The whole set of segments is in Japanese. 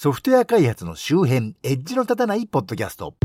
ソフトウェア開発の周辺、エッジの立たないポッドキャスト。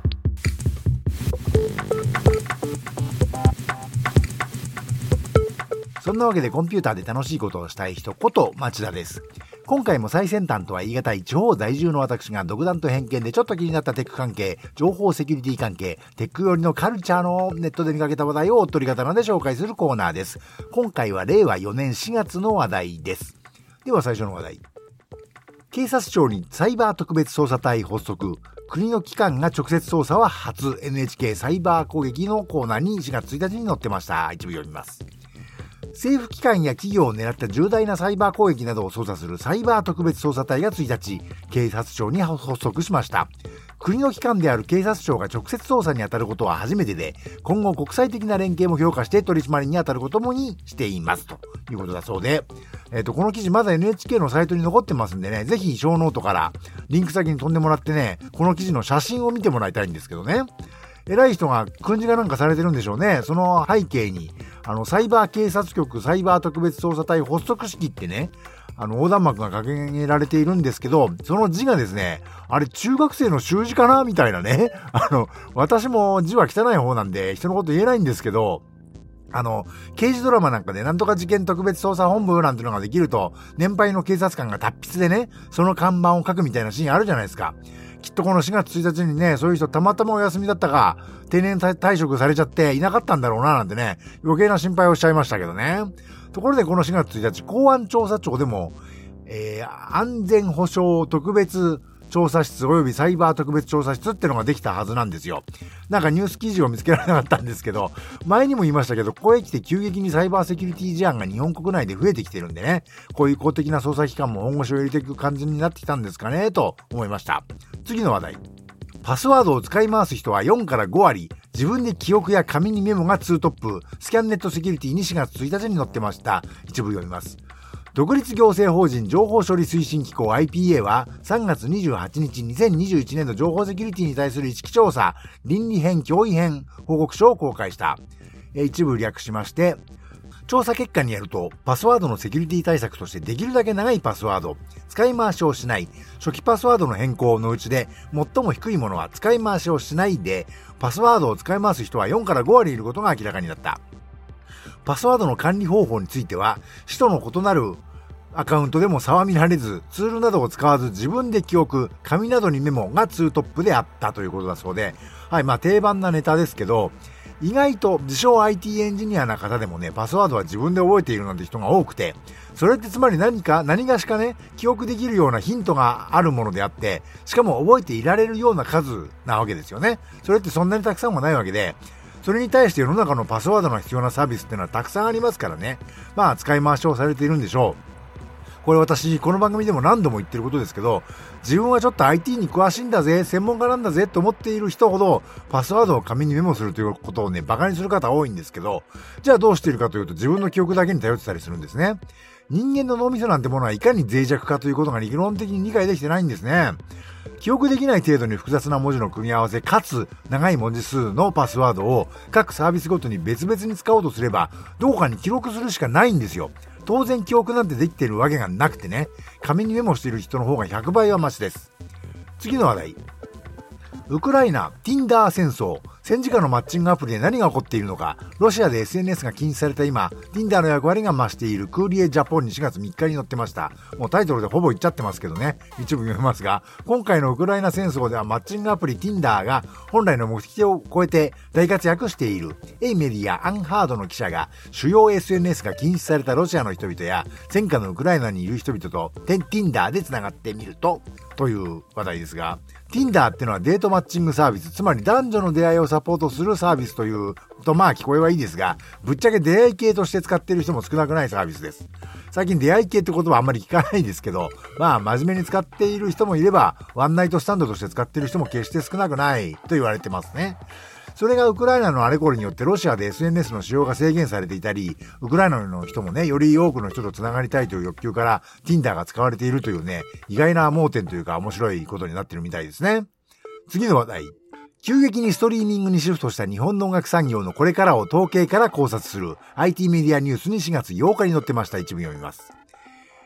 そんなわけでコンピューターで楽しいことをしたい人こと町田です。今回も最先端とは言い難い地方在住の私が独断と偏見でちょっと気になったテック関係、情報セキュリティ関係、テック寄りのカルチャーのネットで見かけた話題をおっとり刀で紹介するコーナーです。今回は令和4年4月の話題です。では最初の話題。警察庁にサイバー特別捜査隊発足。国の機関が直接捜査は初。 NHK サイバー攻撃のコーナーに4月1日に載ってました。一部読みます。政府機関や企業を狙った重大なサイバー攻撃などを捜査するサイバー特別捜査隊が1日、警察庁に発足しました。国の機関である警察庁が直接捜査に当たることは初めてで、今後国際的な連携も強化して取り締まりに当たることもにしていますということだそうで、この記事まだ NHK のサイトに残ってますんでね、ぜひ小ノートからリンク先に飛んでもらってね、この記事の写真を見てもらいたいんですけどね。偉い人が訓示がなんかされてるんでしょうね。その背景にサイバー警察局サイバー特別捜査隊発足式ってね、横断幕が掲げられているんですけど、その字がですね、あれ中学生の習字かなみたいなね。私も字は汚い方なんで人のこと言えないんですけど、刑事ドラマなんかでなんとか事件特別捜査本部なんてのができると、年配の警察官が達筆でね、その看板を書くみたいなシーンあるじゃないですか。きっとこの4月1日にね、そういう人たまたまお休みだったか、定年退職されちゃっていなかったんだろうななんてね、余計な心配をしちゃいましたけどね。ところでこの4月1日、公安調査庁でも、安全保障特別調査室及びサイバー特別調査室ってのができたはずなんですよ。なんかニュース記事を見つけられなかったんですけど、前にも言いましたけど、ここへ来て急激にサイバーセキュリティ事案が日本国内で増えてきてるんでね、こういう公的な捜査機関も本腰を入れていく感じになってきたんですかね、と思いました。次の話題。パスワードを使い回す人は4から5割、自分で記憶や紙にメモが2トップ、スキャンネットセキュリティに4月1日に載ってました。一部読みます。独立行政法人情報処理推進機構 IPA は3月28日2021年度情報セキュリティに対する意識調査、倫理編脅威編報告書を公開した。一部略しまして、調査結果によると、パスワードのセキュリティ対策としてできるだけ長いパスワード、使い回しをしない、初期パスワードの変更のうちで最も低いものは使い回しをしないで、パスワードを使い回す人は4から5割いることが明らかになった。パスワードの管理方法については、使途の異なるアカウントでも差は見られず、ツールなどを使わず自分で記憶、紙などにメモが2トップであったということだそうで、はい、定番なネタですけど、意外と自称 IT エンジニアな方でもね、パスワードは自分で覚えているなんて人が多くて、それってつまり何がしかね、記憶できるようなヒントがあるものであって、しかも覚えていられるような数なわけですよね。それってそんなにたくさんもないわけで、それに対して世の中のパスワードの必要なサービスっていうのはたくさんありますからね。使い回しをされているんでしょう。これ私、この番組でも何度も言ってることですけど、自分はちょっと IT に詳しいんだぜ、専門家なんだぜと思っている人ほど、パスワードを紙にメモするということをね、馬鹿にする方多いんですけど、じゃあどうしているかというと、自分の記憶だけに頼ってたりするんですね。人間の脳みそなんてものはいかに脆弱かということが理論的に理解できてないんですね。記憶できない程度に複雑な文字の組み合わせかつ長い文字数のパスワードを各サービスごとに別々に使おうとすれば、どこかに記録するしかないんですよ。当然記憶なんてできているわけがなくてね、紙にメモしている人の方が100倍はマシです。次の話題。ウクライナ Tinder 戦争、戦時下のマッチングアプリで何が起こっているのか、ロシアで SNS が禁止された今、Tinder の役割が増しているクーリエジャポンに4月3日に載ってました。もうタイトルでほぼ言っちゃってますけどね、一部読みますが、今回のウクライナ戦争ではマッチングアプリ Tinder が本来の目的を超えて大活躍している。エイメディア・アンハードの記者が、主要 SNS が禁止されたロシアの人々や戦火のウクライナにいる人々と Tinder で繋がってみると、という話題ですが、Tinder ってのはデートマッチングサービス、つまり男女の出会いをサポートするサービスというと聞こえはいいですが、ぶっちゃけ出会い系として使っている人も少なくないサービスです。最近出会い系って言葉あんまり聞かないですけど、真面目に使っている人もいれば、ワンナイトスタンドとして使っている人も決して少なくないと言われてますね。それがウクライナのあれこれによってロシアで SNS の使用が制限されていたり、ウクライナの人もね、より多くの人と繋がりたいという欲求から Tinder が使われているというね、意外な盲点というか面白いことになっているみたいですね。次の話題。急激にストリーミングにシフトした日本の音楽産業のこれからを統計から考察する IT メディアニュースに4月8日に載ってました。一部読みます。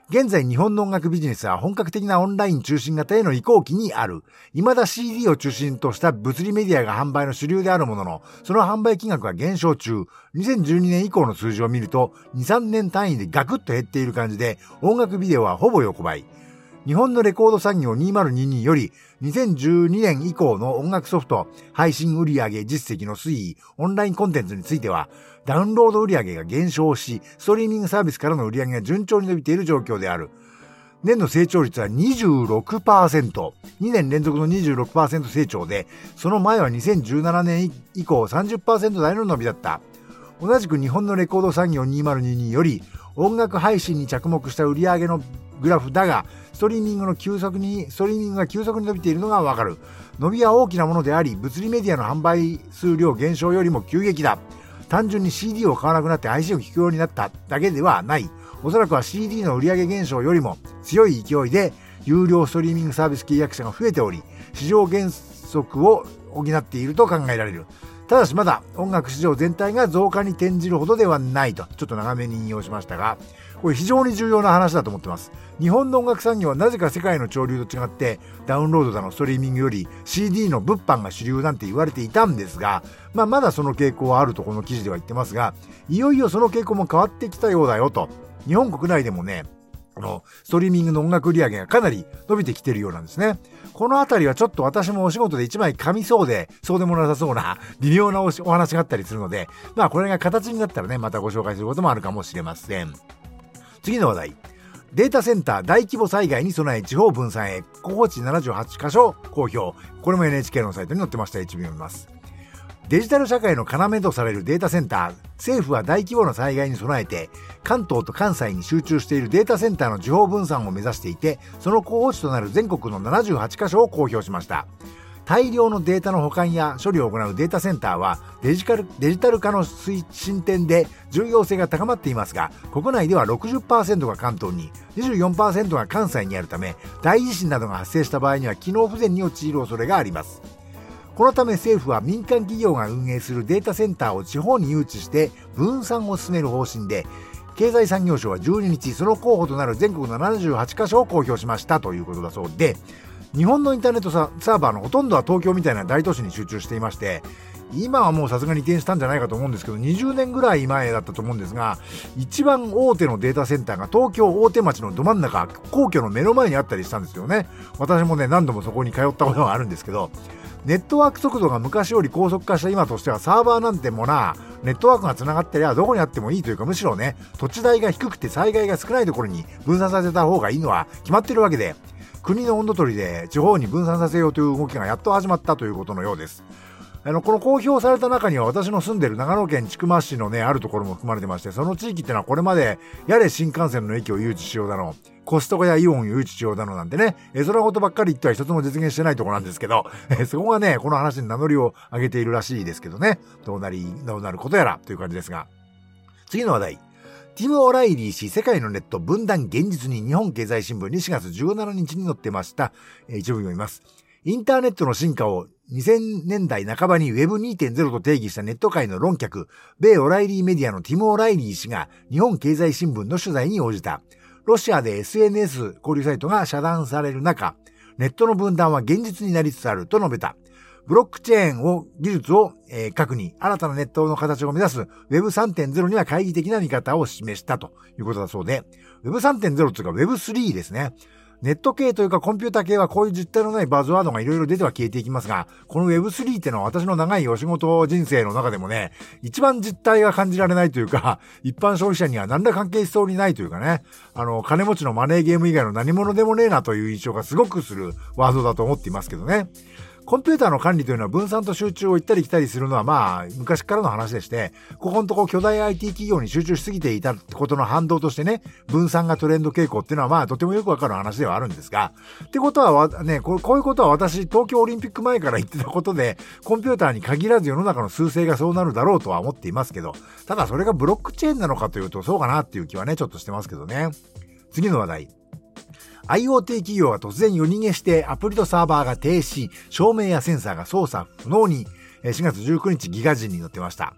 現在日本の音楽ビジネスは本格的なオンライン中心型への移行期にある。未だ CD を中心とした物理メディアが販売の主流であるものの、その販売金額は減少中。2012年以降の数字を見ると、2、3年単位でガクッと減っている感じで、音楽ビデオはほぼ横ばい。日本のレコード産業2022より、2012年以降の音楽ソフト、配信売上実績の推移、オンラインコンテンツについては、ダウンロード売上が減少し、ストリーミングサービスからの売上が順調に伸びている状況である。年の成長率は 26%。2年連続の 26% 成長で、その前は2017年以降 30% 台の伸びだった。同じく日本のレコード産業2022より、音楽配信に着目した売上のグラフだが、ストリーミングが急速に伸びているのがわかる。伸びは大きなものであり、物理メディアの販売数量減少よりも急激だ。単純に CD を買わなくなって配信を聞くようになっただけではない。おそらくは CD の売上減少よりも強い勢いで、有料ストリーミングサービス契約者が増えており、市場減速を補っていると考えられる。ただしまだ音楽市場全体が増加に転じるほどではないと、ちょっと長めに引用しましたが、これ非常に重要な話だと思ってます。日本の音楽産業はなぜか世界の潮流と違ってダウンロードだのストリーミングより CD の物販が主流なんて言われていたんですが、まだその傾向はあるとこの記事では言ってますが、いよいよその傾向も変わってきたようだよと。日本国内でもね、ストリーミングの音楽売上がかなり伸びてきてるようなんですね。このあたりはちょっと私もお仕事で一枚噛みそうで、そうでもなさそうな微妙なお話があったりするので、これが形になったらね、またご紹介することもあるかもしれません。次の話題。データセンター大規模災害に備え地方分散へ、候補地78カ所公表。これも NHK のサイトに載ってました。一部読みます。デジタル社会の要とされるデータセンター。政府は大規模な災害に備えて、関東と関西に集中しているデータセンターの地方分散を目指していて、その候補地となる全国の78カ所を公表しました。大量のデータの保管や処理を行うデータセンターはデジタル化の進展で重要性が高まっていますが、国内では 60% が関東に、24% が関西にあるため、大地震などが発生した場合には機能不全に陥る恐れがあります。このため政府は民間企業が運営するデータセンターを地方に誘致して分散を進める方針で、経済産業省は12日、その候補となる全国の78カ所を公表しましたということだそうで、日本のインターネットサーバーのほとんどは東京みたいな大都市に集中していまして、今はもうさすがに移転したんじゃないかと思うんですけど、20年ぐらい前だったと思うんですが、一番大手のデータセンターが東京大手町のど真ん中、皇居の目の前にあったりしたんですよね。私もね、何度もそこに通ったことがあるんですけど、ネットワーク速度が昔より高速化した今としては、サーバーなんてもな、ネットワークがつながってりゃどこにあってもいいというか、むしろね、土地代が低くて災害が少ないところに分散させた方がいいのは決まってるわけで、国の温度取りで地方に分散させようという動きがやっと始まったということのようです。この公表された中には私の住んでる長野県千曲市のね、あるところも含まれてまして、その地域ってのはこれまでやれ新幹線の駅を誘致しようだの、コストコやイオンを誘致しようだのなんてね、それことばっかり言っては一つも実現してないところなんですけど、そこがね、この話に名乗りを上げているらしいですけどね、どうなることやらという感じですが。次の話題。ティム・オライリー氏、世界のネット分断現実に、日本経済新聞に4月17日に載ってました。一部読みます。インターネットの進化を2000年代半ばに Web2.0 と定義したネット界の論客、米オライリーメディアのティム・オライリー氏が日本経済新聞の取材に応じた。ロシアで SNS 交流サイトが遮断される中、ネットの分断は現実になりつつあると述べた。ブロックチェーン技術を核に新たなネットの形を目指す Web3.0 には懐疑的な見方を示したということだそうで、Web3.0 というか Web3 ですね。ネット系というかコンピュータ系はこういう実体のないバズワードがいろいろ出ては消えていきますが、この Web3 ってのは私の長いお仕事人生の中でもね、一番実体が感じられないというか、一般消費者には何ら関係しそうにないというかね、金持ちのマネーゲーム以外の何者でもねえなという印象がすごくするワードだと思っていますけどね。コンピューターの管理というのは分散と集中を行ったり来たりするのは昔からの話でして、ここのとこ巨大 IT 企業に集中しすぎていたことの反動としてね、分散がトレンド傾向っていうのはとてもよくわかる話ではあるんですが、ってことはね、こういうことは私東京オリンピック前から言ってたことで、コンピューターに限らず世の中の趨勢がそうなるだろうとは思っていますけど、ただそれがブロックチェーンなのかというとそうかなっていう気はね、ちょっとしてますけどね。次の話題。IoT 企業が突然夜逃げしてアプリとサーバーが停止、照明やセンサーが操作不能に、4月19日ギガ人に載ってました。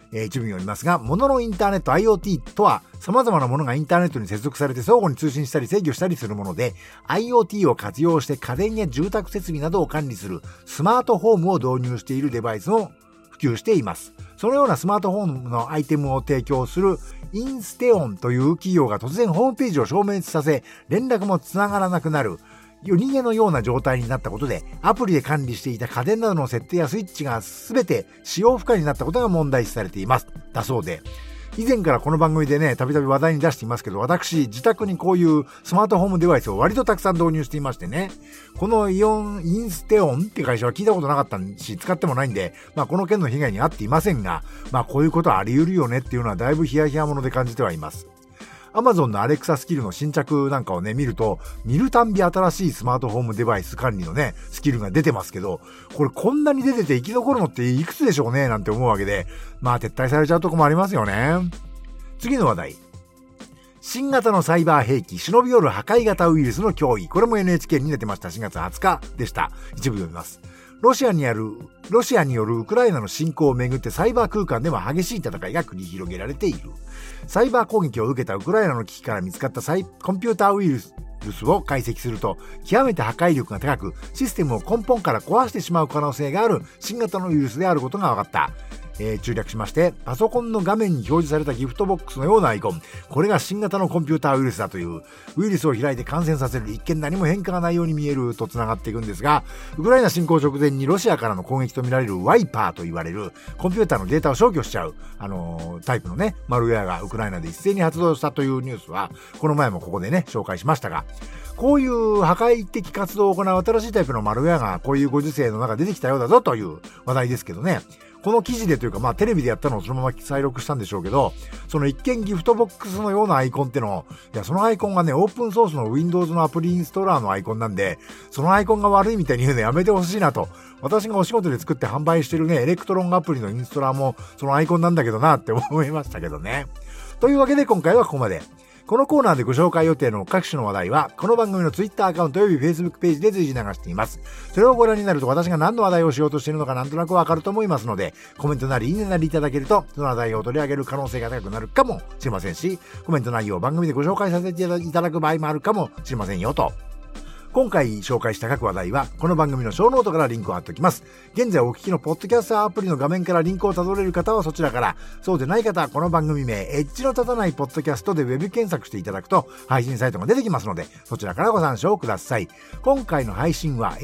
一部によりますが、物のインターネット IoT とは様々なものがインターネットに接続されて相互に通信したり制御したりするもので、 IoT を活用して家電や住宅設備などを管理するスマートホームを導入しているデバイスも普及しています。そのようなスマートフォンのアイテムを提供するインステオンという企業が突然ホームページを消滅させ、連絡もつながらなくなる夜逃げのような状態になったことで、アプリで管理していた家電などの設定やスイッチが全て使用不可になったことが問題視されています。だそうで、以前からこの番組でね、たびたび話題に出していますけど、私、自宅にこういうスマートホームデバイスを割とたくさん導入していましてね、このインステオンって会社は聞いたことなかったし、使ってもないんで、この件の被害に遭っていませんが、こういうことはあり得るよねっていうのはだいぶヒヤヒヤもので感じてはいます。Amazon の Alexa スキルの新着なんかをね、見るたんび新しいスマートフォームデバイス管理のね、スキルが出てますけど、これこんなに出てて生き残るのっていくつでしょうねなんて思うわけで、撤退されちゃうとこもありますよね。次の話題。新型のサイバー兵器、忍び寄る破壊型ウイルスの脅威。これも NHK に出てました。4月20日でした。一部読みます。ロシアによるウクライナの侵攻をめぐってサイバー空間では激しい戦いが繰り広げられている。サイバー攻撃を受けたウクライナの機器から見つかったコンピューターウイルスを解析すると、極めて破壊力が高く、システムを根本から壊してしまう可能性がある新型のウイルスであることが分かった。中略しまして、パソコンの画面に表示されたギフトボックスのようなアイコン、これが新型のコンピューターウイルスだという、ウイルスを開いて感染させる、一見何も変化がないように見えると繋がっていくんですが、ウクライナ侵攻直前にロシアからの攻撃とみられるワイパーと言われるコンピューターのデータを消去しちゃうタイプのね、マルウェアがウクライナで一斉に発動したというニュースは、この前もここでね紹介しましたが、こういう破壊的活動を行う新しいタイプのマルウェアがこういうご時世の中で出てきたようだぞという話題ですけどね。この記事でというか、テレビでやったのをそのまま再録したんでしょうけど、その一見ギフトボックスのようなアイコンっての、そのアイコンがね、オープンソースの Windows のアプリインストーラーのアイコンなんで、そのアイコンが悪いみたいに言うのやめてほしいなと。私がお仕事で作って販売してるね、エレクトロンアプリのインストーラーもそのアイコンなんだけどなって思いましたけどね。というわけで今回はここまで。このコーナーでご紹介予定の各種の話題は、この番組の Twitter アカウント及び Facebook ページで随時流しています。それをご覧になると私が何の話題をしようとしているのかなんとなくわかると思いますので、コメントなりいいねなりいただけると、その話題を取り上げる可能性が高くなるかもしれませんし、コメント内容を番組でご紹介させていただく場合もあるかもしれませんよと。今回紹介した各話題はこの番組のショーノートからリンクを貼っておきます。現在お聞きのポッドキャスターアプリの画面からリンクをたどれる方はそちらから、そうでない方はこの番組名エッジの立たないポッドキャストでウェブ検索していただくと配信サイトが出てきますので、そちらからご参照ください。今回の配信は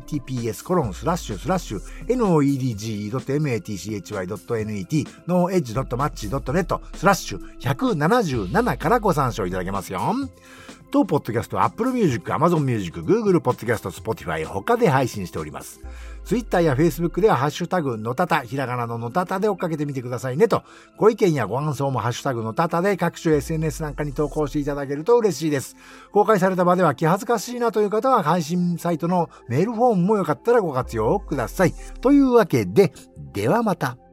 https://noedg.matchy.net noedge.match.net/177 からご参照いただけますよ。当ポッドキャストは Apple Music、Amazon Music、Google Podcast、Spotify 他で配信しております。Twitter や Facebook ではハッシュタグのたた、ひらがなののたたで追っかけてみてくださいねと。ご意見やご感想もハッシュタグのたたで各種 SNS なんかに投稿していただけると嬉しいです。公開された場では気恥ずかしいなという方は配信サイトのメールフォームもよかったらご活用ください。というわけで、ではまた。